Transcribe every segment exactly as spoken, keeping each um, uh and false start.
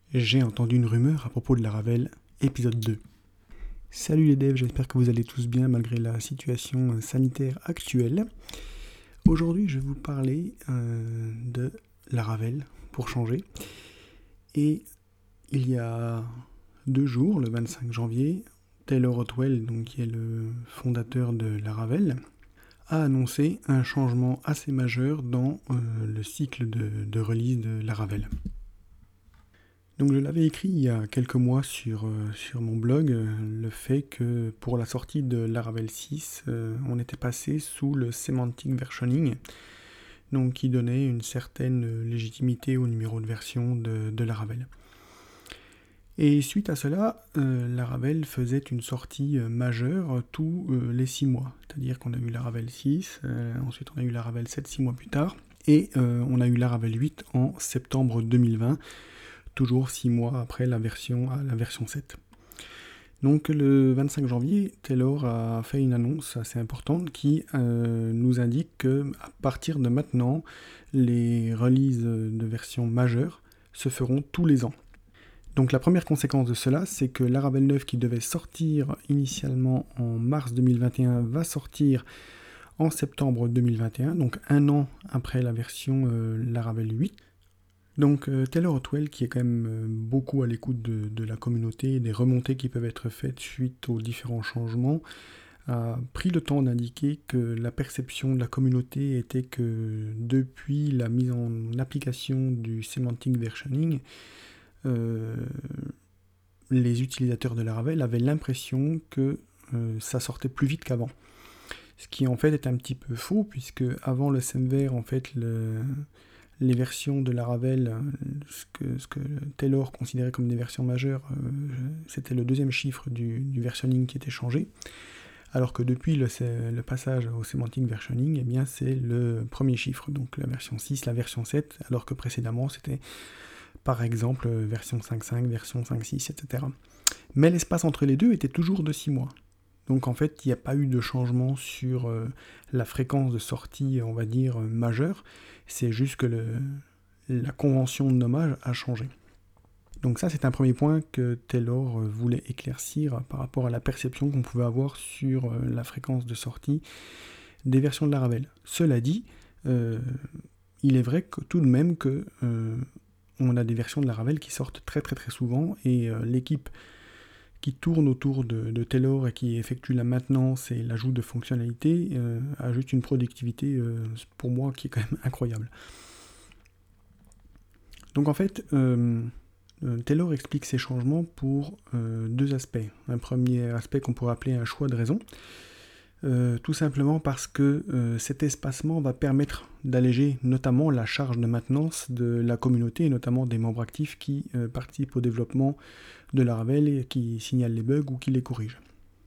J'ai entendu une rumeur à propos de Laravel, épisode deux. Salut les devs, j'espère que vous allez tous bien malgré la situation sanitaire actuelle. Aujourd'hui, je vais vous parler euh, de Laravel, pour changer. Et il y a deux jours, le vingt-cinq janvier, Taylor Otwell, donc, qui est le fondateur de Laravel, a annoncé un changement assez majeur dans euh, le cycle de, de release de Laravel. Donc je l'avais écrit il y a quelques mois sur, euh, sur mon blog, euh, le fait que pour la sortie de Laravel six, euh, on était passé sous le semantic versioning, donc qui donnait une certaine légitimité au numéro de version de, de Laravel. Et suite à cela, euh, Laravel faisait une sortie euh, majeure tous euh, les six mois. C'est-à-dire qu'on a eu Laravel six, euh, ensuite on a eu Laravel sept six mois plus tard, et euh, on a eu Laravel huit en septembre deux mille vingt, toujours six mois après la version, la version sept. Donc le vingt-cinq janvier, Taylor a fait une annonce assez importante qui euh, nous indique que à partir de maintenant, les releases de versions majeures se feront tous les ans. Donc la première conséquence de cela, c'est que Laravel neuf qui devait sortir initialement en mars deux mille vingt et un va sortir en septembre deux mille vingt et un, donc un an après la version euh, Laravel huit. Donc euh, Taylor Otwell, qui est quand même euh, beaucoup à l'écoute de, de la communauté et des remontées qui peuvent être faites suite aux différents changements, a pris le temps d'indiquer que la perception de la communauté était que depuis la mise en application du semantic versioning, euh, les utilisateurs de Laravel avaient l'impression que euh, ça sortait plus vite qu'avant. Ce qui en fait est un petit peu faux, puisque avant le semver, en fait, le... les versions de Laravel, ce que, ce que Taylor considérait comme des versions majeures, euh, c'était le deuxième chiffre du, du versioning qui était changé, alors que depuis le, le passage au semantic versioning, eh bien, c'est le premier chiffre, donc la version six, la version sept, alors que précédemment c'était par exemple version cinq point cinq, version cinq point six, et cetera. Mais l'espace entre les deux était toujours de six mois. Donc en fait, il n'y a pas eu de changement sur euh, la fréquence de sortie, on va dire, euh, majeure. C'est juste que le, la convention de nommage a changé. Donc ça, c'est un premier point que Taylor euh, voulait éclaircir par rapport à la perception qu'on pouvait avoir sur euh, la fréquence de sortie des versions de Laravel. Cela dit, euh, il est vrai que tout de même que euh, on a des versions de Laravel qui sortent très très très souvent, et euh, l'équipe qui tourne autour de, de Taylor et qui effectue la maintenance et l'ajout de fonctionnalités, euh, ajoute une productivité, euh, pour moi, qui est quand même incroyable. Donc en fait, euh, Taylor explique ces changements pour euh, deux aspects. Un premier aspect qu'on pourrait appeler un choix de raison, euh, tout simplement parce que euh, cet espacement va permettre d'alléger notamment la charge de maintenance de la communauté, et notamment des membres actifs qui euh, participent au développement de Laravel et qui signalent les bugs ou qui les corrigent.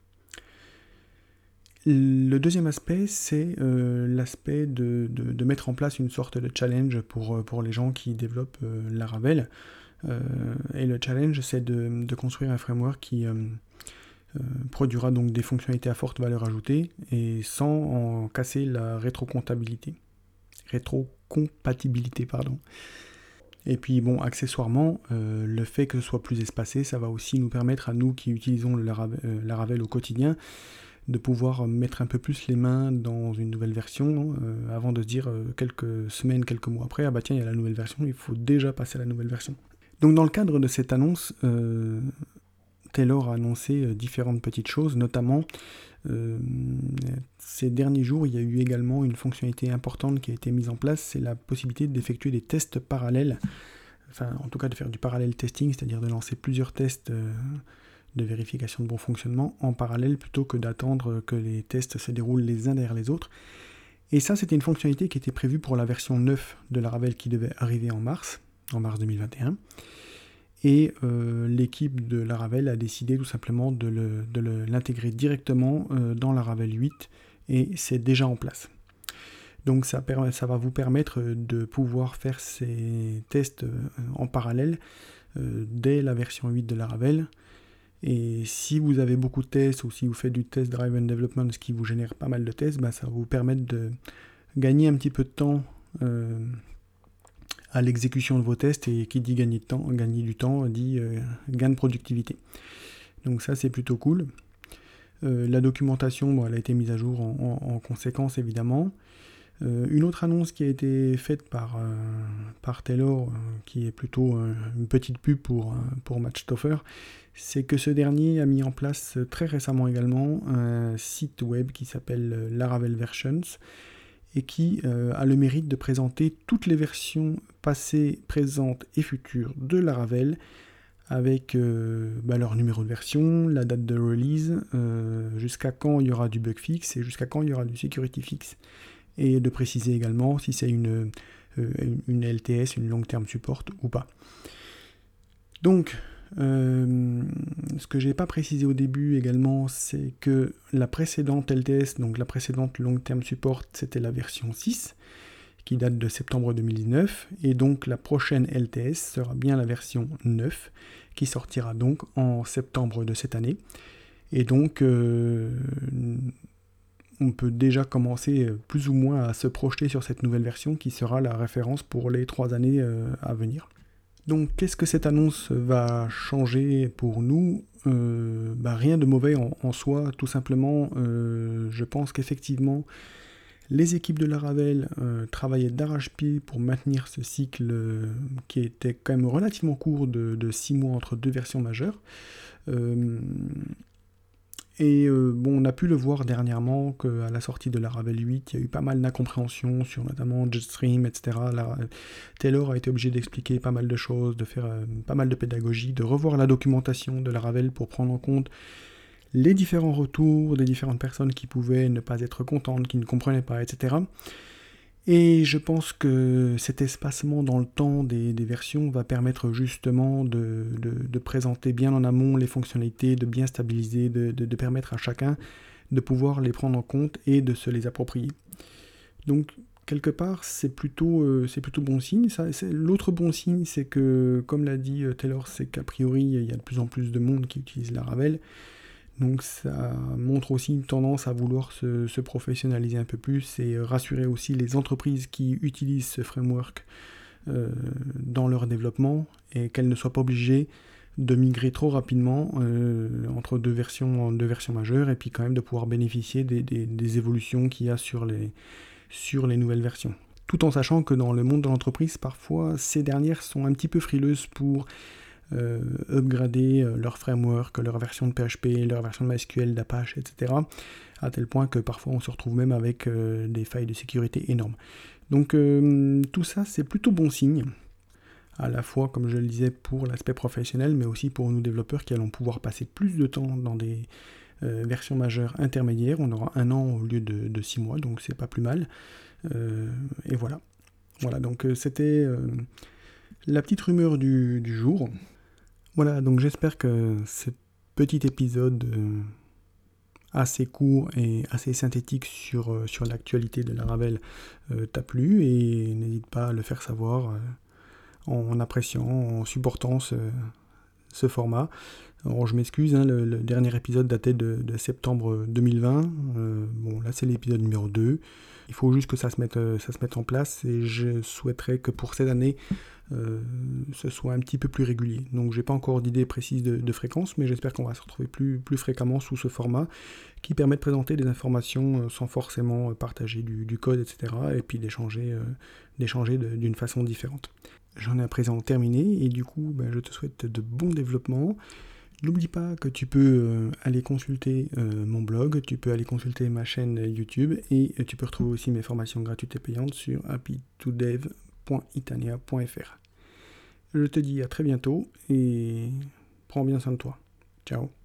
Le deuxième aspect, c'est euh, l'aspect de, de, de mettre en place une sorte de challenge pour, pour les gens qui développent euh, Laravel. Euh, et le challenge, c'est de, de construire un framework qui euh, euh, produira donc des fonctionnalités à forte valeur ajoutée et sans en casser la rétrocomptabilité. Rétrocompatibilité, pardon. Et puis bon, accessoirement, euh, le fait que ce soit plus espacé, ça va aussi nous permettre à nous qui utilisons le Laravel, euh, Laravel au quotidien, de pouvoir mettre un peu plus les mains dans une nouvelle version, euh, avant de se dire euh, quelques semaines, quelques mois après, ah bah tiens, il y a la nouvelle version, il faut déjà passer à la nouvelle version. Donc dans le cadre de cette annonce, euh, Taylor a annoncé euh, différentes petites choses, notamment euh, ces derniers jours, il y a eu également une fonctionnalité importante qui a été mise en place, c'est la possibilité d'effectuer des tests parallèles, enfin en tout cas de faire du parallèle testing, c'est-à-dire de lancer plusieurs tests euh, de vérification de bon fonctionnement en parallèle plutôt que d'attendre que les tests se déroulent les uns derrière les autres. Et ça, c'était une fonctionnalité qui était prévue pour la version neuf de Laravel qui devait arriver en mars, en mars deux mille vingt et un. Et euh, l'équipe de Laravel a décidé tout simplement de, le, de le, l'intégrer directement euh, dans Laravel huit, et c'est déjà en place. Donc ça, permet, ça va vous permettre de pouvoir faire ces tests euh, en parallèle euh, dès la version huit de Laravel. Et si vous avez beaucoup de tests, ou si vous faites du test driven development, ce qui vous génère pas mal de tests, bah ça va vous permettre de gagner un petit peu de temps euh, à l'exécution de vos tests, et qui dit gagner, de temps, gagner du temps dit euh, gain de productivité. Donc ça, c'est plutôt cool. Euh, la documentation, bon, elle a été mise à jour en, en, en conséquence, évidemment. Euh, une autre annonce qui a été faite par, euh, par Taylor, euh, qui est plutôt euh, une petite pub pour, euh, pour Matchtoffer, c'est que ce dernier a mis en place euh, très récemment également un site web qui s'appelle euh, Laravel Versions, et qui euh, a le mérite de présenter toutes les versions passées, présentes et futures de Laravel, avec euh, bah, leur numéro de version, la date de release, euh, jusqu'à quand il y aura du bug fix et jusqu'à quand il y aura du security fix. Et de préciser également si c'est une, euh, une L T S, une long term support ou pas. Donc, euh, ce que je n'ai pas précisé au début également, c'est que la précédente L T S, donc la précédente long term support, c'était la version six, qui date de septembre deux mille dix-neuf, et donc la prochaine L T S sera bien la version neuf, qui sortira donc en septembre de cette année. Et donc, euh, on peut déjà commencer plus ou moins à se projeter sur cette nouvelle version qui sera la référence pour les trois années euh, à venir. Donc qu'est-ce que cette annonce va changer pour nous ? euh, bah, Rien de mauvais en, en soi, tout simplement. Euh, je pense qu'effectivement, les équipes de Laravel euh, travaillaient d'arrache-pied pour maintenir ce cycle euh, qui était quand même relativement court de, de six mois entre deux versions majeures. Euh, Et euh, bon, on a pu le voir dernièrement qu'à la sortie de Laravel huit, il y a eu pas mal d'incompréhensions sur notamment Jetstream, et cetera. La, Taylor a été obligé d'expliquer pas mal de choses, de faire euh, pas mal de pédagogie, de revoir la documentation de Laravel pour prendre en compte les différents retours des différentes personnes qui pouvaient ne pas être contentes, qui ne comprenaient pas, et cetera. Et je pense que cet espacement dans le temps des, des versions va permettre justement de, de, de présenter bien en amont les fonctionnalités, de bien stabiliser, de, de, de permettre à chacun de pouvoir les prendre en compte et de se les approprier. Donc, quelque part, c'est plutôt, euh, c'est plutôt bon signe. Ça, c'est, l'autre bon signe, c'est que, comme l'a dit euh, Taylor, c'est qu'a priori, il y a de plus en plus de monde qui utilise Laravel. Donc ça montre aussi une tendance à vouloir se, se professionnaliser un peu plus et rassurer aussi les entreprises qui utilisent ce framework euh, dans leur développement, et qu'elles ne soient pas obligées de migrer trop rapidement euh, entre deux versions, deux versions majeures, et puis quand même de pouvoir bénéficier des, des, des évolutions qu'il y a sur les, sur les nouvelles versions. Tout en sachant que dans le monde de l'entreprise, parfois, ces dernières sont un petit peu frileuses pour Euh, upgrader euh, leur framework, leur version de P H P, leur version de MySQL, d'Apache, et cetera. À tel point que parfois on se retrouve même avec euh, des failles de sécurité énormes. Donc euh, tout ça, c'est plutôt bon signe, à la fois, comme je le disais, pour l'aspect professionnel, mais aussi pour nous développeurs qui allons pouvoir passer plus de temps dans des euh, versions majeures intermédiaires. On aura un an au lieu de, de six mois, donc c'est pas plus mal. Euh, et voilà. Voilà, donc euh, c'était euh, la petite rumeur du, du jour. Voilà, donc j'espère que ce petit épisode euh, assez court et assez synthétique sur, euh, sur l'actualité de Laravel euh, t'a plu, et n'hésite pas à le faire savoir euh, en appréciant, en supportant ce, ce format. Alors je m'excuse, hein, le, le dernier épisode datait de, de septembre deux mille vingt, euh, bon là c'est l'épisode numéro deux, il faut juste que ça se mette, euh, ça se mette en place, et je souhaiterais que pour cette année, Euh, ce soit un petit peu plus régulier. Donc j'ai pas encore d'idée précise de, de fréquence, mais j'espère qu'on va se retrouver plus, plus fréquemment sous ce format qui permet de présenter des informations euh, sans forcément euh, partager du, du code, et cetera. Et puis d'échanger, euh, d'échanger de, d'une façon différente. J'en ai à présent terminé, et du coup ben, je te souhaite de bons développements. N'oublie pas que tu peux euh, aller consulter euh, mon blog, tu peux aller consulter ma chaîne YouTube, et euh, tu peux retrouver aussi mes formations gratuites et payantes sur happy to dev point itania point f r. Je te dis à très bientôt et prends bien soin de toi. Ciao.